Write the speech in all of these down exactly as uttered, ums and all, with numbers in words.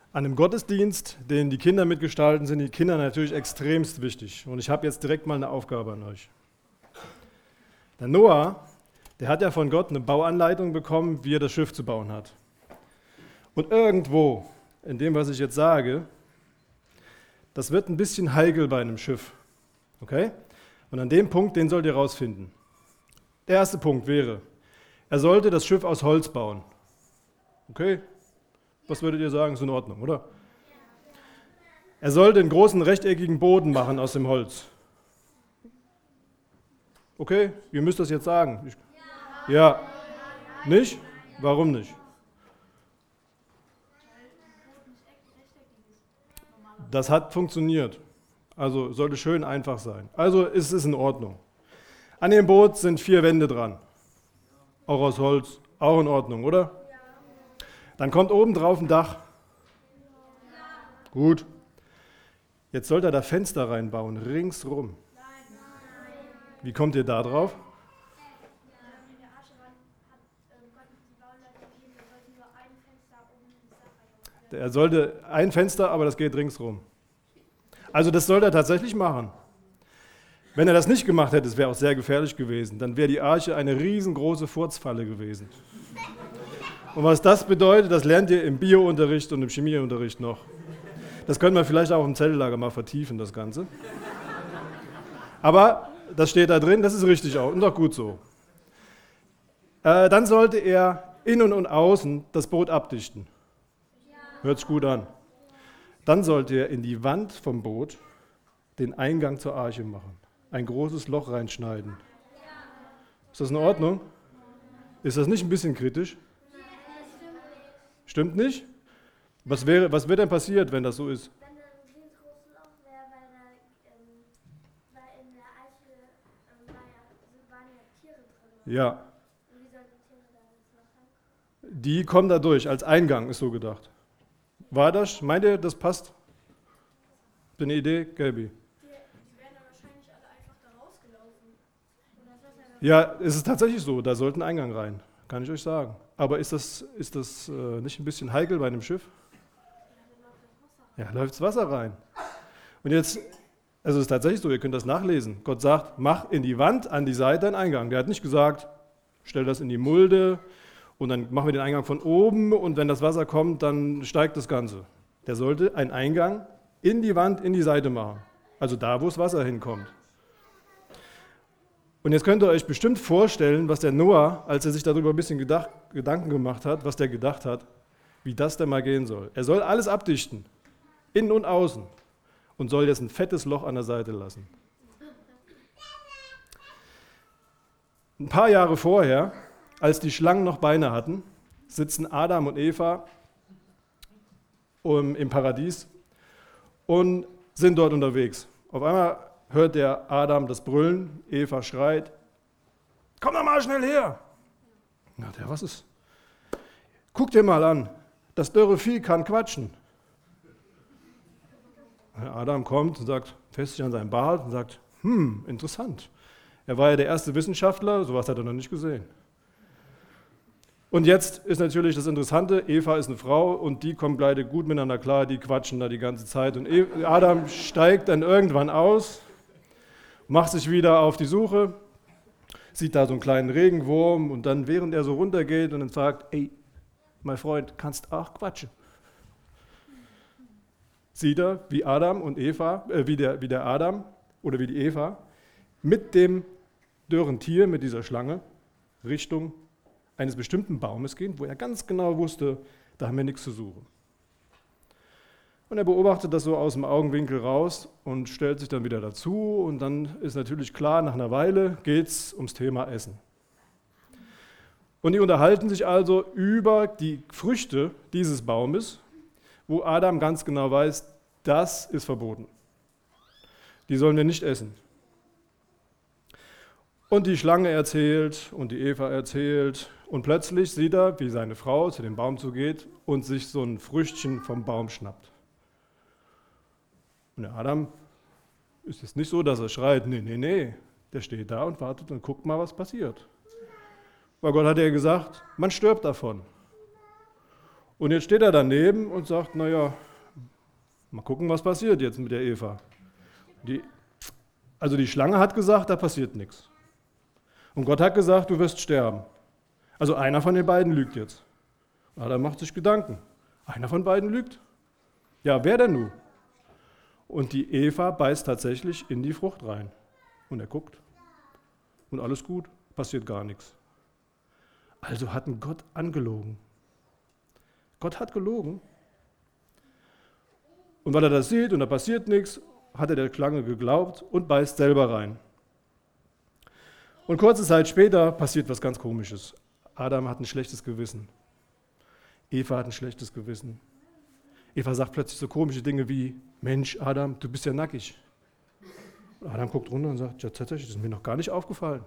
An einem Gottesdienst, den die Kinder mitgestalten, sind die Kinder natürlich extremst wichtig. Und ich habe jetzt direkt mal eine Aufgabe an euch. Der Noah, der hat ja von Gott eine Bauanleitung bekommen, wie er das Schiff zu bauen hat. Und irgendwo, in dem, was ich jetzt sage, das wird ein bisschen heikel bei einem Schiff. Okay? Und an dem Punkt, den sollt ihr rausfinden. Der erste Punkt wäre, er sollte das Schiff aus Holz bauen. Okay? Was würdet ihr sagen? Ist in Ordnung, oder? Er sollte einen großen rechteckigen Boden machen aus dem Holz. Okay? Ihr müsst das jetzt sagen. Ich, ja. Nicht? Warum nicht? Das hat funktioniert. Also sollte schön einfach sein. Also ist es in Ordnung. An dem Boot sind vier Wände dran. Auch aus Holz. Auch in Ordnung, oder? Dann kommt oben drauf ein Dach. Gut. Jetzt sollt ihr da Fenster reinbauen, ringsrum. Wie kommt ihr da drauf? Er sollte ein Fenster, aber das geht ringsrum. Also das sollte er tatsächlich machen. Wenn er das nicht gemacht hätte, es wäre auch sehr gefährlich gewesen, dann wäre die Arche eine riesengroße Furzfalle gewesen. Und was das bedeutet, das lernt ihr im Biounterricht und im Chemieunterricht noch. Das können wir vielleicht auch im Zelllager mal vertiefen, das Ganze. Aber das steht da drin, das ist richtig auch und auch gut so. Äh, dann sollte er innen und außen das Boot abdichten. Hört sich gut an. Dann sollte er in die Wand vom Boot den Eingang zur Arche machen. Ein großes Loch reinschneiden. Ist das in Ordnung? Ist das nicht ein bisschen kritisch? Stimmt nicht? Was wäre, was wäre denn passiert, wenn das so ist? Wenn da ein riesengroßes Loch wäre, weil, da, ähm, weil in der Eiche ähm, war ja, waren ja Tiere drin. Ja. Und wie sollen die Tiere da jetzt noch reinkommen? Die kommen da durch, als Eingang ist so gedacht. War das? Meint ihr, das passt? Eine Idee, Gabi? Die, die wären dann wahrscheinlich alle einfach da rausgelaufen. Und das Wasser wäre Ja, es ist tatsächlich so, da sollte ein Eingang rein, kann ich euch sagen. Aber ist das, ist das äh, nicht ein bisschen heikel bei einem Schiff? Ja, läuft das Wasser rein. Und jetzt, also es ist tatsächlich so, ihr könnt das nachlesen. Gott sagt, mach in die Wand, an die Seite einen Eingang. Der hat nicht gesagt, stell das in die Mulde und dann machen wir den Eingang von oben und wenn das Wasser kommt, dann steigt das Ganze. Der sollte einen Eingang in die Wand, in die Seite machen. Also da, wo das Wasser hinkommt. Und jetzt könnt ihr euch bestimmt vorstellen, was der Noah, als er sich darüber ein bisschen gedacht, Gedanken gemacht hat, was der gedacht hat, wie das denn mal gehen soll. Er soll alles abdichten, innen und außen, und soll jetzt ein fettes Loch an der Seite lassen. Ein paar Jahre vorher, als die Schlangen noch Beine hatten, sitzen Adam und Eva im Paradies und sind dort unterwegs. Auf einmal hört der Adam das Brüllen, Eva schreit, komm doch mal schnell her. Na, der, was ist? Guck dir mal an, das dürre Vieh kann quatschen. Adam kommt und sagt, fest sich an seinen Bart und sagt, hm, interessant. Er war ja der erste Wissenschaftler, sowas hat er noch nicht gesehen. Und jetzt ist natürlich das Interessante, Eva ist eine Frau und die kommen beide gut miteinander klar, die quatschen da die ganze Zeit. Und Adam steigt dann irgendwann aus, macht sich wieder auf die Suche, sieht da so einen kleinen Regenwurm und dann, während er so runtergeht und dann sagt, ey, mein Freund, kannst auch quatschen. Sieht er, wie Adam und Eva, äh, wie, der, wie der Adam oder wie die Eva mit dem dürren Tier, mit dieser Schlange, Richtung eines bestimmten Baumes gehen, wo er ganz genau wusste, da haben wir nichts zu suchen. Und er beobachtet das so aus dem Augenwinkel raus und stellt sich dann wieder dazu und dann ist natürlich klar, nach einer Weile geht es ums Thema Essen. Und die unterhalten sich also über die Früchte dieses Baumes, wo Adam ganz genau weiß, das ist verboten. Die sollen wir nicht essen. Und die Schlange erzählt und die Eva erzählt und plötzlich sieht er, wie seine Frau zu dem Baum zugeht und sich so ein Früchtchen vom Baum schnappt. Und der Adam ist es nicht so, dass er schreit, nee, nee, nee. Der steht da und wartet und guckt mal, was passiert. Weil Gott hat ja gesagt, man stirbt davon. Und jetzt steht er daneben und sagt, naja, mal gucken, was passiert jetzt mit der Eva. Die, also die Schlange hat gesagt, da passiert nichts. Und Gott hat gesagt, du wirst sterben. Also einer von den beiden lügt jetzt. Adam macht sich Gedanken. Einer von beiden lügt? Ja, wer denn nun? Und die Eva beißt tatsächlich in die Frucht rein. Und er guckt. Und alles gut, passiert gar nichts. Also hat ein Gott angelogen. Gott hat gelogen. Und weil er das sieht und da passiert nichts, hat er der Schlange geglaubt und beißt selber rein. Und kurze Zeit später passiert was ganz Komisches. Adam hat ein schlechtes Gewissen. Eva hat ein schlechtes Gewissen. Eva sagt plötzlich so komische Dinge wie, Mensch, Adam, du bist ja nackig. Adam guckt runter und sagt, ja tatsächlich, das ist mir noch gar nicht aufgefallen.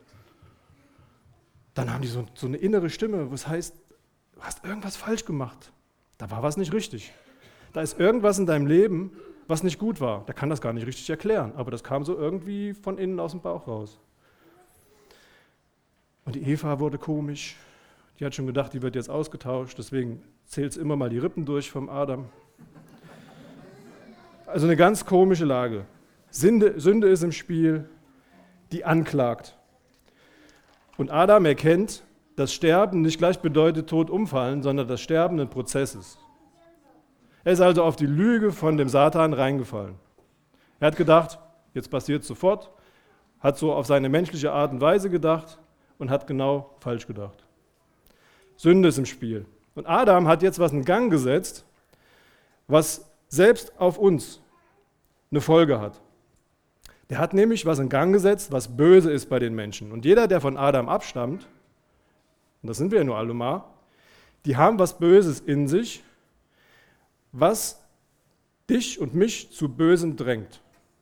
Dann haben die so, so eine innere Stimme, was heißt, du hast irgendwas falsch gemacht. Da war was nicht richtig. Da ist irgendwas in deinem Leben, was nicht gut war. Der kann das gar nicht richtig erklären, aber das kam so irgendwie von innen aus dem Bauch raus. Und die Eva wurde komisch. Die hat schon gedacht, die wird jetzt ausgetauscht, deswegen zählt es immer mal die Rippen durch vom Adam. Also eine ganz komische Lage. Sünde, Sünde ist im Spiel, die anklagt. Und Adam erkennt, dass Sterben nicht gleich bedeutet Tod umfallen, sondern dass Sterben ein Prozess ist. Er ist also auf die Lüge von dem Satan reingefallen. Er hat gedacht, jetzt passiert es sofort, hat so auf seine menschliche Art und Weise gedacht und hat genau falsch gedacht. Sünde ist im Spiel. Und Adam hat jetzt was in Gang gesetzt, was selbst auf uns eine Folge hat. Der hat nämlich was in Gang gesetzt, was böse ist bei den Menschen. Und jeder, der von Adam abstammt, und das sind wir ja nur alle mal, die haben was Böses in sich, was dich und mich zu Bösem drängt.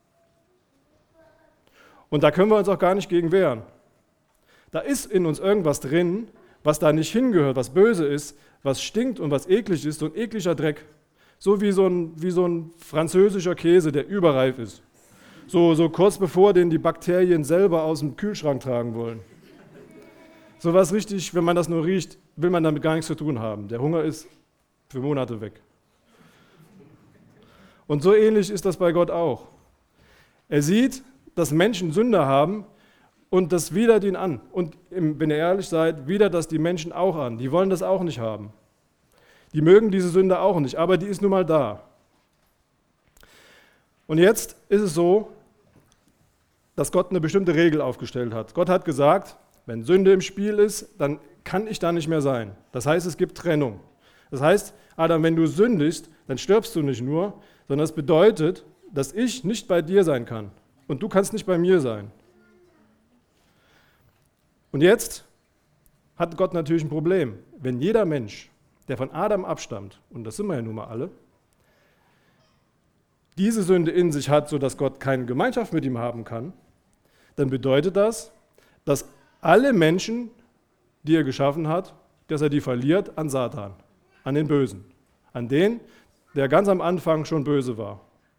Und da können wir uns auch gar nicht gegen wehren. Da ist in uns irgendwas drin, was da nicht hingehört, was böse ist, was stinkt und was eklig ist, so ein ekliger Dreck. So wie so ein, wie so ein französischer Käse, der überreif ist. So, so kurz bevor den die Bakterien selber aus dem Kühlschrank tragen wollen. So was richtig, wenn man das nur riecht, will man damit gar nichts zu tun haben. Der Hunger ist für Monate weg. Und so ähnlich ist das bei Gott auch. Er sieht, dass Menschen Sünde haben und das widert ihn an. Und wenn ihr ehrlich seid, widert das die Menschen auch an. Die wollen das auch nicht haben. Die mögen diese Sünde auch nicht, aber die ist nun mal da. Und jetzt ist es so, dass Gott eine bestimmte Regel aufgestellt hat. Gott hat gesagt, wenn Sünde im Spiel ist, dann kann ich da nicht mehr sein. Das heißt, es gibt Trennung. Das heißt, Adam, wenn du sündigst, dann stirbst du nicht nur, sondern es bedeutet, dass ich nicht bei dir sein kann und du kannst nicht bei mir sein. Und jetzt hat Gott natürlich ein Problem. Wenn jeder Mensch, der von Adam abstammt, und das sind wir ja nun mal alle, diese Sünde in sich hat, sodass Gott keine Gemeinschaft mit ihm haben kann, dann bedeutet das, dass alle Menschen, die er geschaffen hat, dass er die verliert an Satan, an den Bösen, an den, der ganz am Anfang schon böse war.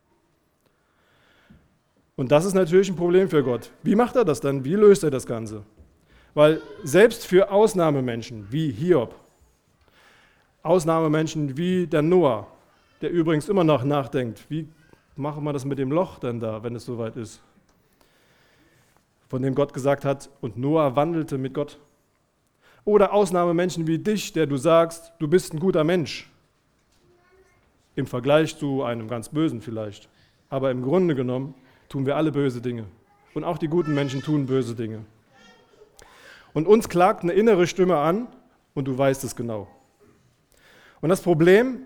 Und das ist natürlich ein Problem für Gott. Wie macht er das dann? Wie löst er das Ganze? Weil selbst für Ausnahmemenschen wie Hiob, Ausnahmemenschen wie der Noah, der übrigens immer noch nachdenkt, wie machen wir das mit dem Loch denn da, wenn es soweit ist, von dem Gott gesagt hat, und Noah wandelte mit Gott. Oder Ausnahmemenschen wie dich, der du sagst, du bist ein guter Mensch, im Vergleich zu einem ganz Bösen vielleicht. Aber im Grunde genommen tun wir alle böse Dinge. Und auch die guten Menschen tun böse Dinge. Und uns klagt eine innere Stimme an und du weißt es genau. Und das Problem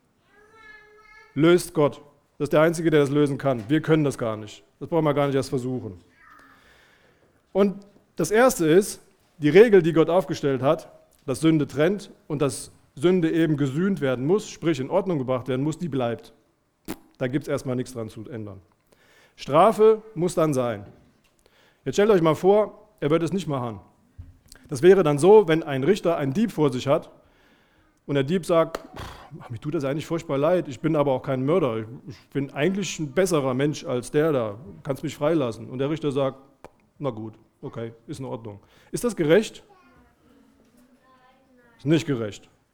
löst Gott. Das ist der Einzige, der das lösen kann. Wir können das gar nicht. Das brauchen wir gar nicht erst versuchen. Und das Erste ist, die Regel, die Gott aufgestellt hat, dass Sünde trennt und dass Sünde eben gesühnt werden muss, sprich in Ordnung gebracht werden muss, die bleibt. Da gibt es erstmal nichts dran zu ändern. Strafe muss dann sein. Jetzt stellt euch mal vor, er wird es nicht machen. Das wäre dann so, wenn ein Richter einen Dieb vor sich hat und der Dieb sagt, mir tut das eigentlich furchtbar leid, ich bin aber auch kein Mörder, ich bin eigentlich ein besserer Mensch als der da, kannst mich freilassen. Und der Richter sagt, na gut, okay, ist in Ordnung. Ist das gerecht? Ist nicht gerecht.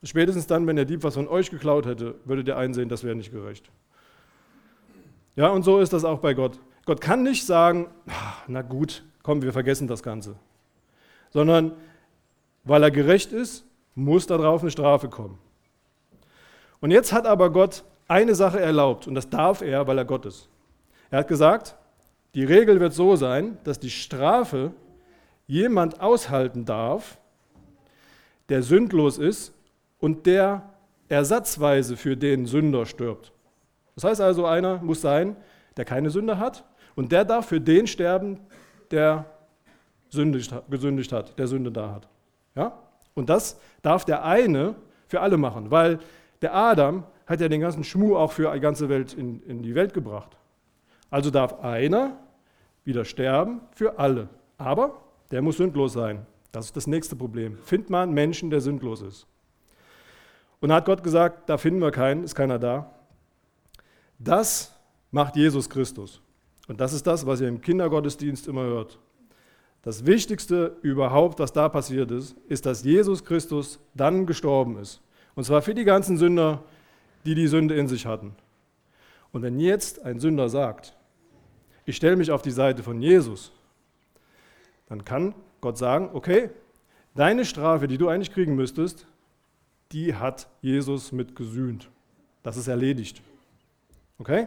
Spätestens dann, wenn der Dieb was von euch geklaut hätte, würdet ihr einsehen, das wäre nicht gerecht. Ja, und so ist das auch bei Gott. Gott kann nicht sagen, na gut, komm, wir vergessen das Ganze. Sondern weil er gerecht ist, muss darauf eine Strafe kommen. Und jetzt hat aber Gott eine Sache erlaubt, und das darf er, weil er Gott ist. Er hat gesagt, die Regel wird so sein, dass die Strafe jemand aushalten darf, der sündlos ist und der ersatzweise für den Sünder stirbt. Das heißt also, einer muss sein, der keine Sünde hat, und der darf für den sterben, der sündigt, gesündigt hat, der Sünde da hat. Ja? Und das darf der eine für alle machen, weil der Adam hat ja den ganzen Schmuh auch für die ganze Welt in, in die Welt gebracht. Also darf einer wieder sterben für alle. Aber der muss sündlos sein. Das ist das nächste Problem. Findet man einen Menschen, der sündlos ist. Und da hat Gott gesagt, da finden wir keinen, ist keiner da. Das macht Jesus Christus. Und das ist das, was ihr im Kindergottesdienst immer hört. Das Wichtigste überhaupt, was da passiert ist, ist, dass Jesus Christus dann gestorben ist. Und zwar für die ganzen Sünder, die die Sünde in sich hatten. Und wenn jetzt ein Sünder sagt, ich stelle mich auf die Seite von Jesus, dann kann Gott sagen, okay, deine Strafe, die du eigentlich kriegen müsstest, die hat Jesus mit gesühnt. Das ist erledigt. Okay?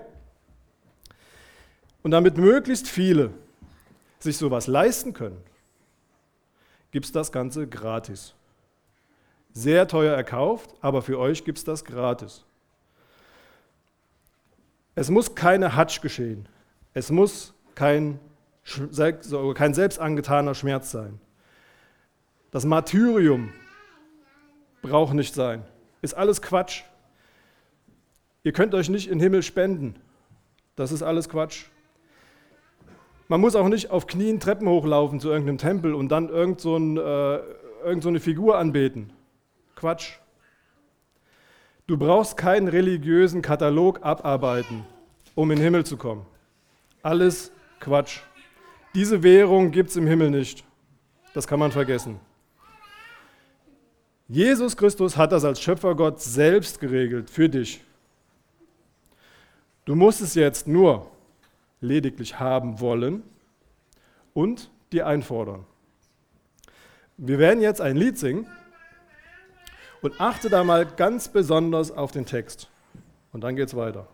Und damit möglichst viele sich sowas leisten können, gibt es das Ganze gratis. Sehr teuer erkauft, aber für euch gibt es das gratis. Es muss keine Hatsch geschehen. Es muss kein, kein selbst angetaner Schmerz sein. Das Martyrium braucht nicht sein. Ist alles Quatsch. Ihr könnt euch nicht in den Himmel spenden. Das ist alles Quatsch. Man muss auch nicht auf Knien Treppen hochlaufen zu irgendeinem Tempel und dann irgend so, ein, äh, irgend so eine Figur anbeten. Quatsch. Du brauchst keinen religiösen Katalog abarbeiten, um in den Himmel zu kommen. Alles Quatsch. Diese Währung gibt es im Himmel nicht. Das kann man vergessen. Jesus Christus hat das als Schöpfergott selbst geregelt für dich. Du musst es jetzt nur lediglich haben wollen und dir einfordern. Wir werden jetzt ein Lied singen und achte da mal ganz besonders auf den Text. Und dann geht's weiter.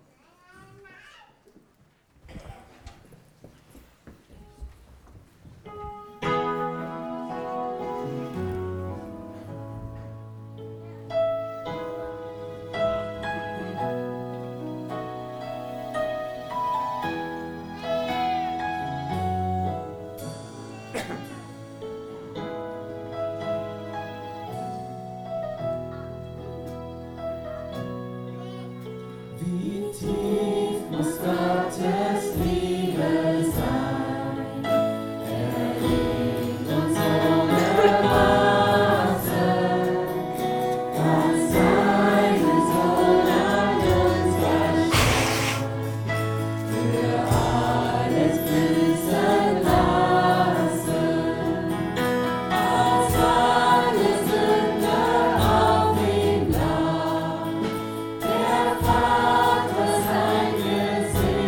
Vater sein Gesicht.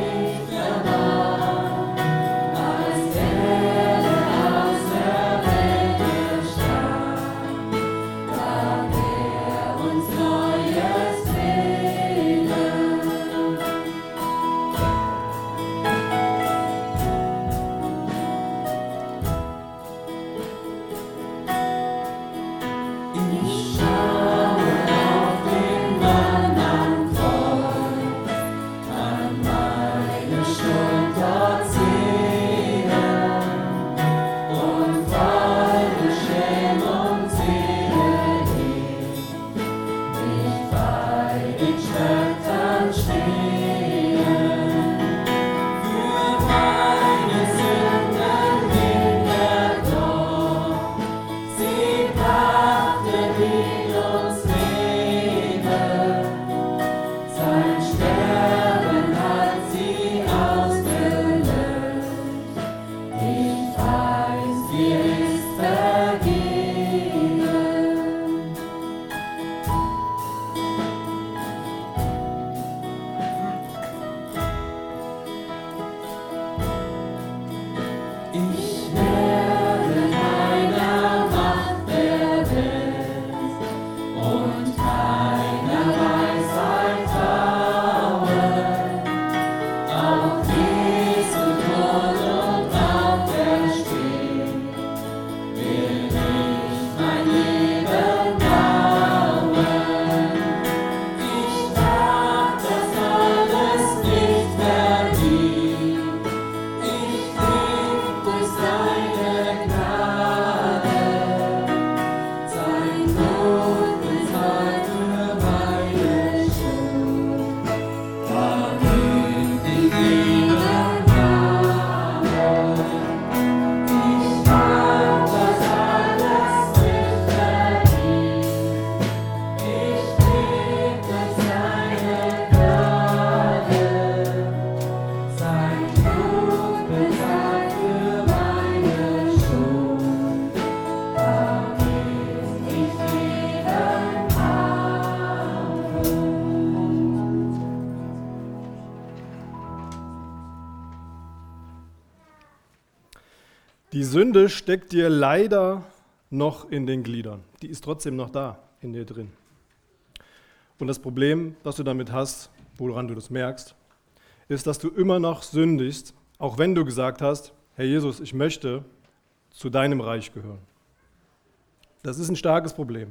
Die Sünde steckt dir leider noch in den Gliedern. Die ist trotzdem noch da, in dir drin. Und das Problem, das du damit hast, woran du das merkst, ist, dass du immer noch sündigst, auch wenn du gesagt hast, Herr Jesus, ich möchte zu deinem Reich gehören. Das ist ein starkes Problem.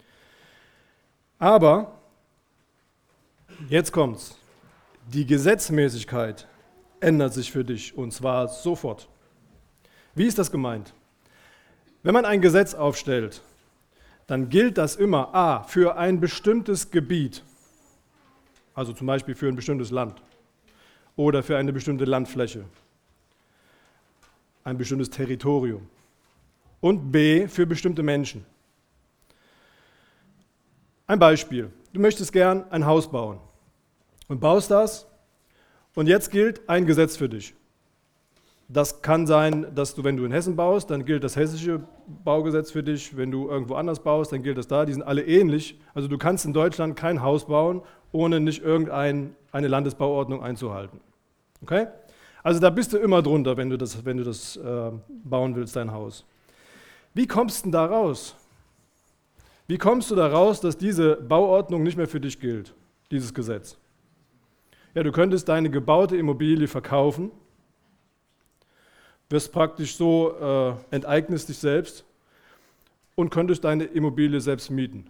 Aber, jetzt kommt's, die Gesetzmäßigkeit ändert sich für dich, und zwar sofort. Wie ist das gemeint? Wenn man ein Gesetz aufstellt, dann gilt das immer a. für ein bestimmtes Gebiet, also zum Beispiel für ein bestimmtes Land oder für eine bestimmte Landfläche, ein bestimmtes Territorium, und b. für bestimmte Menschen. Ein Beispiel, du möchtest gern ein Haus bauen und baust das, und jetzt gilt ein Gesetz für dich. Das kann sein, dass du, wenn du in Hessen baust, dann gilt das hessische Baugesetz für dich. Wenn du irgendwo anders baust, dann gilt das da. Die sind alle ähnlich. Also du kannst in Deutschland kein Haus bauen, ohne nicht irgendeine Landesbauordnung einzuhalten. Okay? Also da bist du immer drunter, wenn du das, wenn du das äh, bauen willst, dein Haus. Wie kommst du denn da raus? Wie kommst du da raus, dass diese Bauordnung nicht mehr für dich gilt, dieses Gesetz? Ja, du könntest deine gebaute Immobilie verkaufen, wirst praktisch so, äh, enteignest dich selbst und könntest deine Immobilie selbst mieten.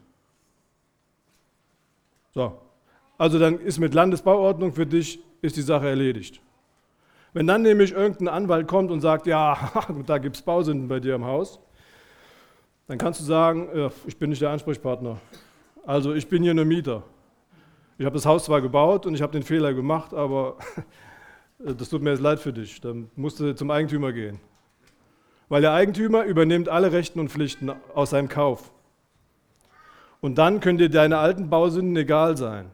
So, also dann ist mit Landesbauordnung für dich ist die Sache erledigt. Wenn dann nämlich irgendein Anwalt kommt und sagt, ja, da gibt es Bausünden bei dir im Haus, dann kannst du sagen, äh, ich bin nicht der Ansprechpartner. Also ich bin hier nur Mieter. Ich habe das Haus zwar gebaut und ich habe den Fehler gemacht, aber das tut mir jetzt leid für dich, dann musst du zum Eigentümer gehen. Weil der Eigentümer übernimmt alle Rechten und Pflichten aus seinem Kauf. Und dann können dir deine alten Bausünden egal sein.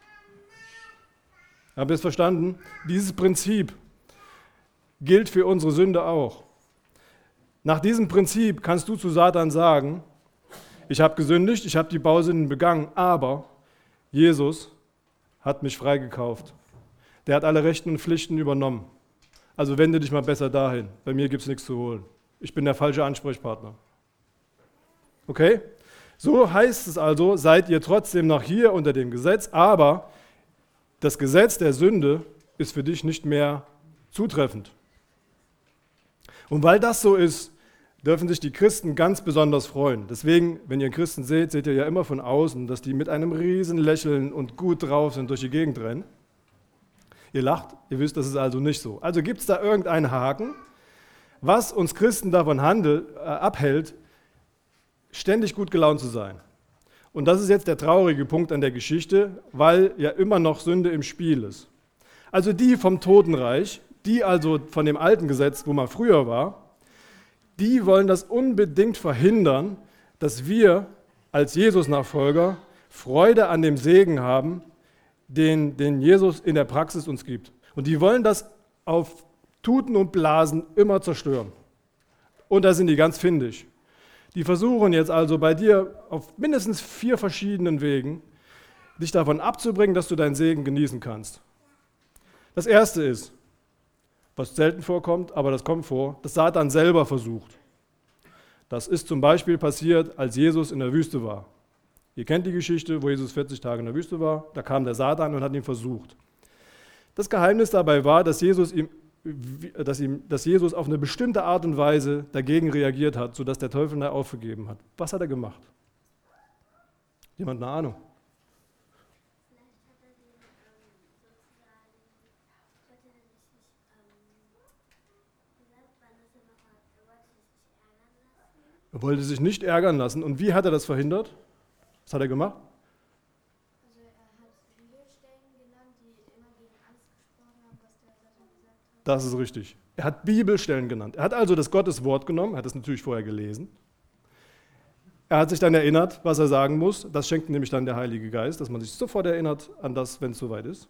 Habt ihr es verstanden? Dieses Prinzip gilt für unsere Sünde auch. Nach diesem Prinzip kannst du zu Satan sagen, ich habe gesündigt, ich habe die Bausünden begangen, aber Jesus hat mich freigekauft. Der hat alle Rechten und Pflichten übernommen. Also wende dich mal besser dahin. Bei mir gibt es nichts zu holen. Ich bin der falsche Ansprechpartner. Okay? So heißt es also, seid ihr trotzdem noch hier unter dem Gesetz, aber das Gesetz der Sünde ist für dich nicht mehr zutreffend. Und weil das so ist, dürfen sich die Christen ganz besonders freuen. Deswegen, wenn ihr Christen seht, seht ihr ja immer von außen, dass die mit einem riesen Lächeln und gut drauf sind durch die Gegend rennen. Ihr lacht, ihr wisst, das ist also nicht so. Also gibt es da irgendeinen Haken, was uns Christen davon handelt, äh, abhält, ständig gut gelaunt zu sein. Und das ist jetzt der traurige Punkt an der Geschichte, weil ja immer noch Sünde im Spiel ist. Also die vom Totenreich, die also von dem alten Gesetz, wo man früher war, die wollen das unbedingt verhindern, dass wir als Jesus-Nachfolger Freude an dem Segen haben, Den, den Jesus in der Praxis uns gibt. Und die wollen das auf Tuten und Blasen immer zerstören. Und da sind die ganz findig. Die versuchen jetzt also bei dir auf mindestens vier verschiedenen Wegen, dich davon abzubringen, dass du deinen Segen genießen kannst. Das erste ist, was selten vorkommt, aber das kommt vor, dass Satan selber versucht. Das ist zum Beispiel passiert, als Jesus in der Wüste war. Ihr kennt die Geschichte, wo Jesus vierzig Tage in der Wüste war. Da kam der Satan und hat ihn versucht. Das Geheimnis dabei war, dass Jesus, ihm, dass, ihm, dass Jesus auf eine bestimmte Art und Weise dagegen reagiert hat, sodass der Teufel ihn aufgegeben hat. Was hat er gemacht? Jemand eine Ahnung? Vielleicht hat er den ähm, sozusagen, wollte er sich nicht, ähm, wie sagt man das denn nochmal, er wollte sich nicht ärgern lassen. Er wollte sich nicht ärgern lassen. Und wie hat er das verhindert? Was hat er gemacht? Also er hat Bibelstellen genannt, die immer gegen alles gesprochen haben, was der Satan gesagt hat. Das ist richtig. Er hat Bibelstellen genannt. Er hat also das Gotteswort genommen, er hat es natürlich vorher gelesen. Er hat sich dann erinnert, was er sagen muss. Das schenkt nämlich dann der Heilige Geist, dass man sich sofort erinnert an das, wenn es soweit ist.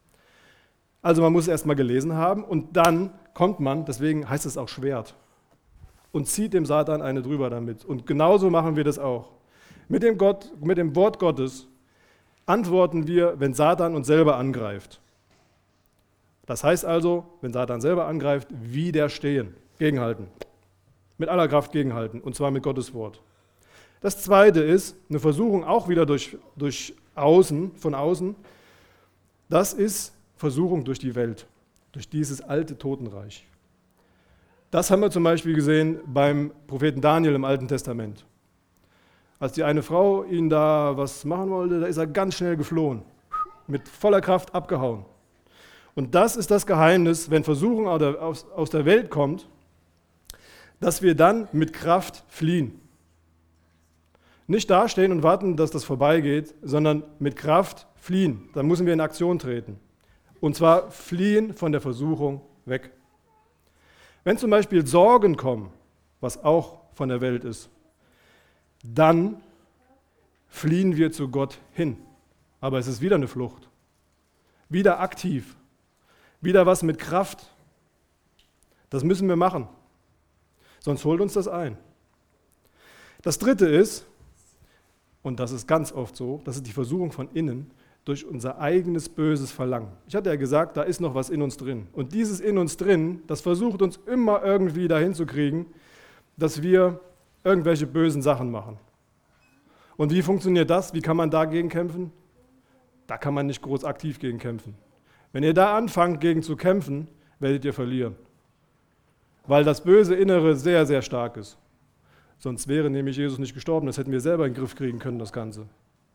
Also man muss es erst mal gelesen haben und dann kommt man, deswegen heißt es auch Schwert, und zieht dem Satan eine drüber damit. Und genauso machen wir das auch. Mit dem, Gott, mit dem Wort Gottes antworten wir, wenn Satan uns selber angreift. Das heißt also, wenn Satan selber angreift, widerstehen, gegenhalten. mit aller Kraft gegenhalten, und zwar mit Gottes Wort. Das Zweite ist eine Versuchung auch wieder durch, durch außen, von außen. Das ist Versuchung durch die Welt, durch dieses alte Totenreich. Das haben wir zum Beispiel gesehen beim Propheten Daniel im Alten Testament. Als die eine Frau ihn da was machen wollte, da ist er ganz schnell geflohen, mit voller Kraft abgehauen. Und das ist das Geheimnis, wenn Versuchung aus der Welt kommt, dass wir dann mit Kraft fliehen. Nicht dastehen und warten, dass das vorbeigeht, sondern mit Kraft fliehen. Dann müssen wir in Aktion treten. Und zwar fliehen von der Versuchung weg. Wenn zum Beispiel Sorgen kommen, was auch von der Welt ist, dann fliehen wir zu Gott hin. Aber es ist wieder eine Flucht. Wieder aktiv. Wieder was mit Kraft. Das müssen wir machen. Sonst holt uns das ein. Das Dritte ist, und das ist ganz oft so, das ist die Versuchung von innen durch unser eigenes böses Verlangen. Ich hatte ja gesagt, da ist noch was in uns drin. Und dieses in uns drin, das versucht uns immer irgendwie dahin zu kriegen, dass wir irgendwelche bösen Sachen machen. Und wie funktioniert das? Wie kann man dagegen kämpfen? Da kann man nicht groß aktiv gegen kämpfen. Wenn ihr da anfangt, gegen zu kämpfen, werdet ihr verlieren. Weil das böse Innere sehr, sehr stark ist. Sonst wäre nämlich Jesus nicht gestorben, das hätten wir selber in den Griff kriegen können, das Ganze.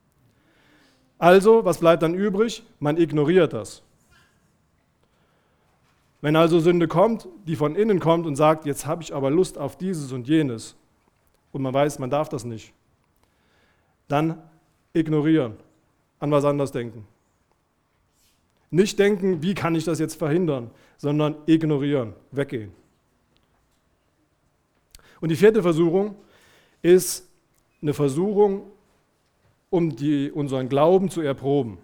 Also, was bleibt dann übrig? Man ignoriert das. Wenn also Sünde kommt, die von innen kommt und sagt, jetzt habe ich aber Lust auf dieses und jenes, und man weiß, man darf das nicht, dann ignorieren, an was anderes denken. Nicht denken, wie kann ich das jetzt verhindern, sondern ignorieren, weggehen. Und die vierte Versuchung ist eine Versuchung, um die, unseren Glauben zu erproben.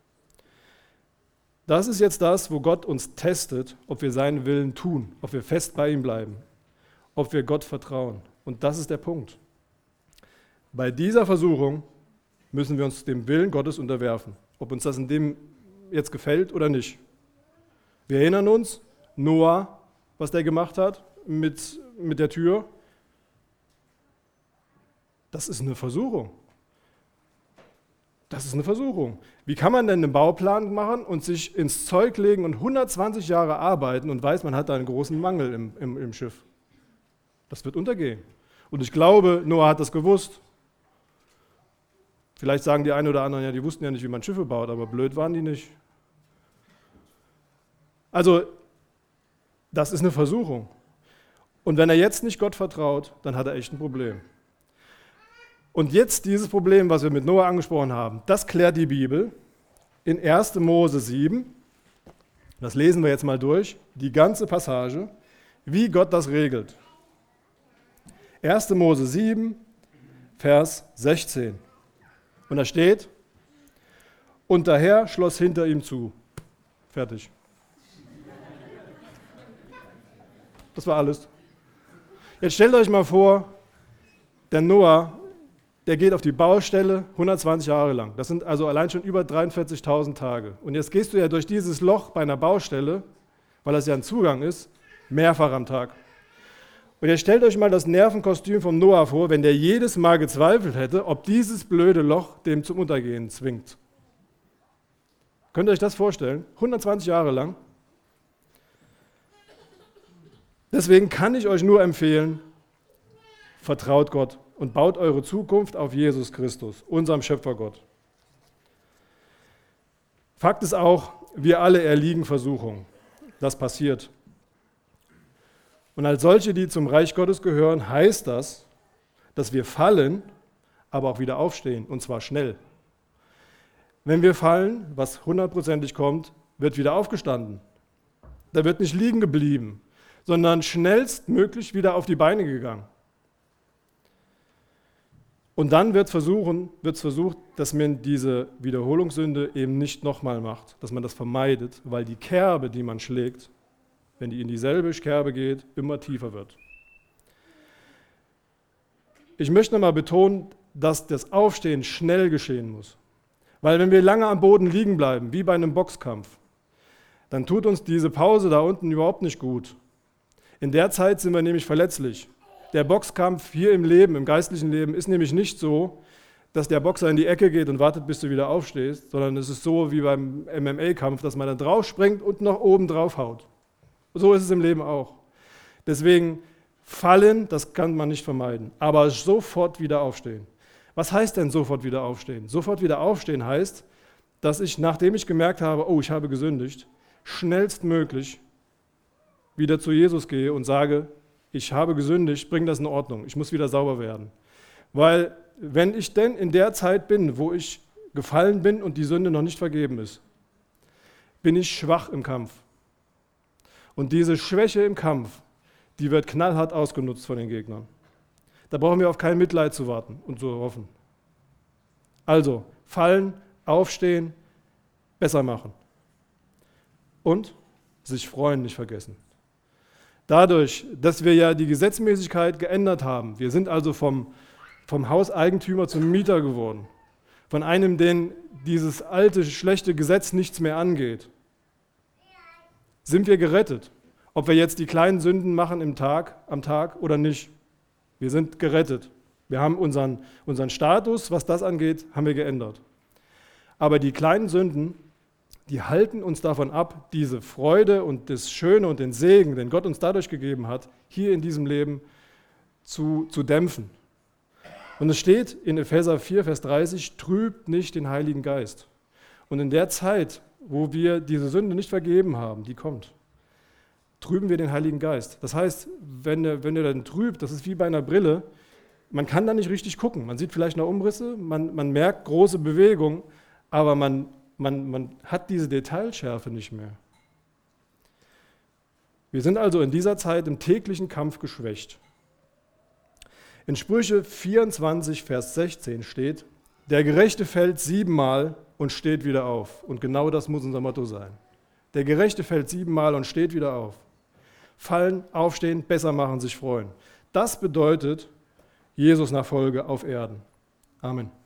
Das ist jetzt das, wo Gott uns testet, ob wir seinen Willen tun, ob wir fest bei ihm bleiben, ob wir Gott vertrauen. Und das ist der Punkt. Bei dieser Versuchung müssen wir uns dem Willen Gottes unterwerfen, ob uns das in dem jetzt gefällt oder nicht. Wir erinnern uns, Noah, was der gemacht hat mit, mit der Tür. Das ist eine Versuchung. Das ist eine Versuchung. Wie kann man denn einen Bauplan machen und sich ins Zeug legen und hundertzwanzig Jahre arbeiten und weiß, man hat da einen großen Mangel im, im, im Schiff? Das wird untergehen. Und ich glaube, Noah hat das gewusst. Vielleicht sagen die einen oder anderen, ja, die wussten ja nicht, wie man Schiffe baut, aber blöd waren die nicht. Also, das ist eine Versuchung. Und wenn er jetzt nicht Gott vertraut, dann hat er echt ein Problem. Und jetzt dieses Problem, was wir mit Noah angesprochen haben, das klärt die Bibel in erster Mose sieben. Das lesen wir jetzt mal durch, die ganze Passage, wie Gott das regelt. erster Mose sieben, Vers sechzehn. Und da steht, und der Herr schloss hinter ihm zu. Fertig. Das war alles. Jetzt stellt euch mal vor, der Noah, der geht auf die Baustelle hundertzwanzig Jahre lang. Das sind also allein schon über dreiundvierzigtausend Tage. Und jetzt gehst du ja durch dieses Loch bei einer Baustelle, weil das ja ein Zugang ist, mehrfach am Tag. Und jetzt stellt euch mal das Nervenkostüm vom Noah vor, wenn der jedes Mal gezweifelt hätte, ob dieses blöde Loch dem zum Untergehen zwingt. Könnt ihr euch das vorstellen? hundertzwanzig Jahre lang. Deswegen kann ich euch nur empfehlen, vertraut Gott und baut eure Zukunft auf Jesus Christus, unserem Schöpfergott. Fakt ist auch, wir alle erliegen Versuchungen. Das passiert. Und als solche, die zum Reich Gottes gehören, heißt das, dass wir fallen, aber auch wieder aufstehen, und zwar schnell. Wenn wir fallen, was hundertprozentig kommt, wird wieder aufgestanden. Da wird nicht liegen geblieben, sondern schnellstmöglich wieder auf die Beine gegangen. Und dann wird versuchen, wird versucht, dass man diese Wiederholungssünde eben nicht nochmal macht, dass man das vermeidet, weil die Kerbe, die man schlägt, wenn die in dieselbe Kerbe geht, immer tiefer wird. Ich möchte nochmal betonen, dass das Aufstehen schnell geschehen muss. Weil wenn wir lange am Boden liegen bleiben, wie bei einem Boxkampf, dann tut uns diese Pause da unten überhaupt nicht gut. In der Zeit sind wir nämlich verletzlich. Der Boxkampf hier im Leben, im geistlichen Leben, ist nämlich nicht so, dass der Boxer in die Ecke geht und wartet, bis du wieder aufstehst, sondern es ist so wie beim M M A-Kampf, dass man dann drauf springt und noch oben drauf haut. So ist es im Leben auch. Deswegen fallen, das kann man nicht vermeiden, aber sofort wieder aufstehen. Was heißt denn sofort wieder aufstehen? Sofort wieder aufstehen heißt, dass ich, nachdem ich gemerkt habe, oh, ich habe gesündigt, schnellstmöglich wieder zu Jesus gehe und sage, ich habe gesündigt, bring das in Ordnung, ich muss wieder sauber werden. Weil wenn ich denn in der Zeit bin, wo ich gefallen bin und die Sünde noch nicht vergeben ist, bin ich schwach im Kampf. Und diese Schwäche im Kampf, die wird knallhart ausgenutzt von den Gegnern. Da brauchen wir auf kein Mitleid zu warten und zu hoffen. Also, fallen, aufstehen, besser machen. Und sich freuen, nicht vergessen. Dadurch, dass wir ja die Gesetzmäßigkeit geändert haben, wir sind also vom, vom Hauseigentümer zum Mieter geworden, von einem, den dieses alte, schlechte Gesetz nichts mehr angeht, sind wir gerettet. Ob wir jetzt die kleinen Sünden machen im Tag, am Tag oder nicht. Wir sind gerettet. Wir haben unseren, unseren Status, was das angeht, haben wir geändert. Aber die kleinen Sünden, die halten uns davon ab, diese Freude und das Schöne und den Segen, den Gott uns dadurch gegeben hat, hier in diesem Leben zu, zu dämpfen. Und es steht in Epheser vier, Vers dreißig, trübt nicht den Heiligen Geist. Und in der Zeit, wo wir diese Sünde nicht vergeben haben, die kommt, trüben wir den Heiligen Geist. Das heißt, wenn er, wenn er dann trübt, das ist wie bei einer Brille, man kann da nicht richtig gucken. Man sieht vielleicht noch Umrisse, man, man merkt große Bewegung, aber man, man, man hat diese Detailschärfe nicht mehr. Wir sind also in dieser Zeit im täglichen Kampf geschwächt. In Sprüche vierundzwanzig, Vers sechzehn steht, der Gerechte fällt siebenmal und steht wieder auf. Und genau das muss unser Motto sein. Der Gerechte fällt siebenmal und steht wieder auf. Fallen, aufstehen, besser machen, sich freuen. Das bedeutet Jesus-Nachfolge auf Erden. Amen.